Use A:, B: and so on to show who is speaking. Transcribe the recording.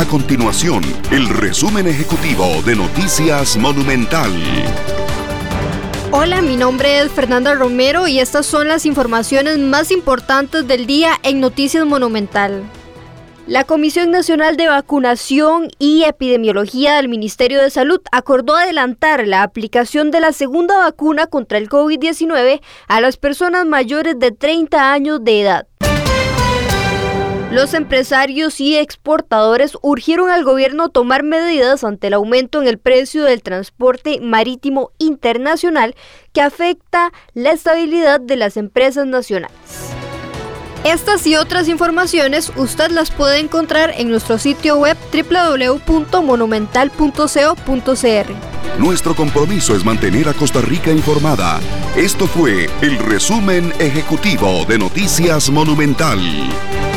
A: continuación, el resumen ejecutivo de Noticias Monumental.
B: Hola, mi nombre es Fernanda Romero y estas son las informaciones más importantes del día en Noticias Monumental. La Comisión Nacional de Vacunación y Epidemiología del Ministerio de Salud acordó adelantar la aplicación de la segunda vacuna contra el COVID-19 a las personas mayores de 30 años de edad. Los empresarios y exportadores urgieron al gobierno a tomar medidas ante el aumento en el precio del transporte marítimo internacional que afecta la estabilidad de las empresas nacionales. Estas y otras informaciones usted las puede encontrar en nuestro sitio web www.monumental.co.cr.
A: Nuestro compromiso es mantener a Costa Rica informada. Esto fue el resumen ejecutivo de Noticias Monumental.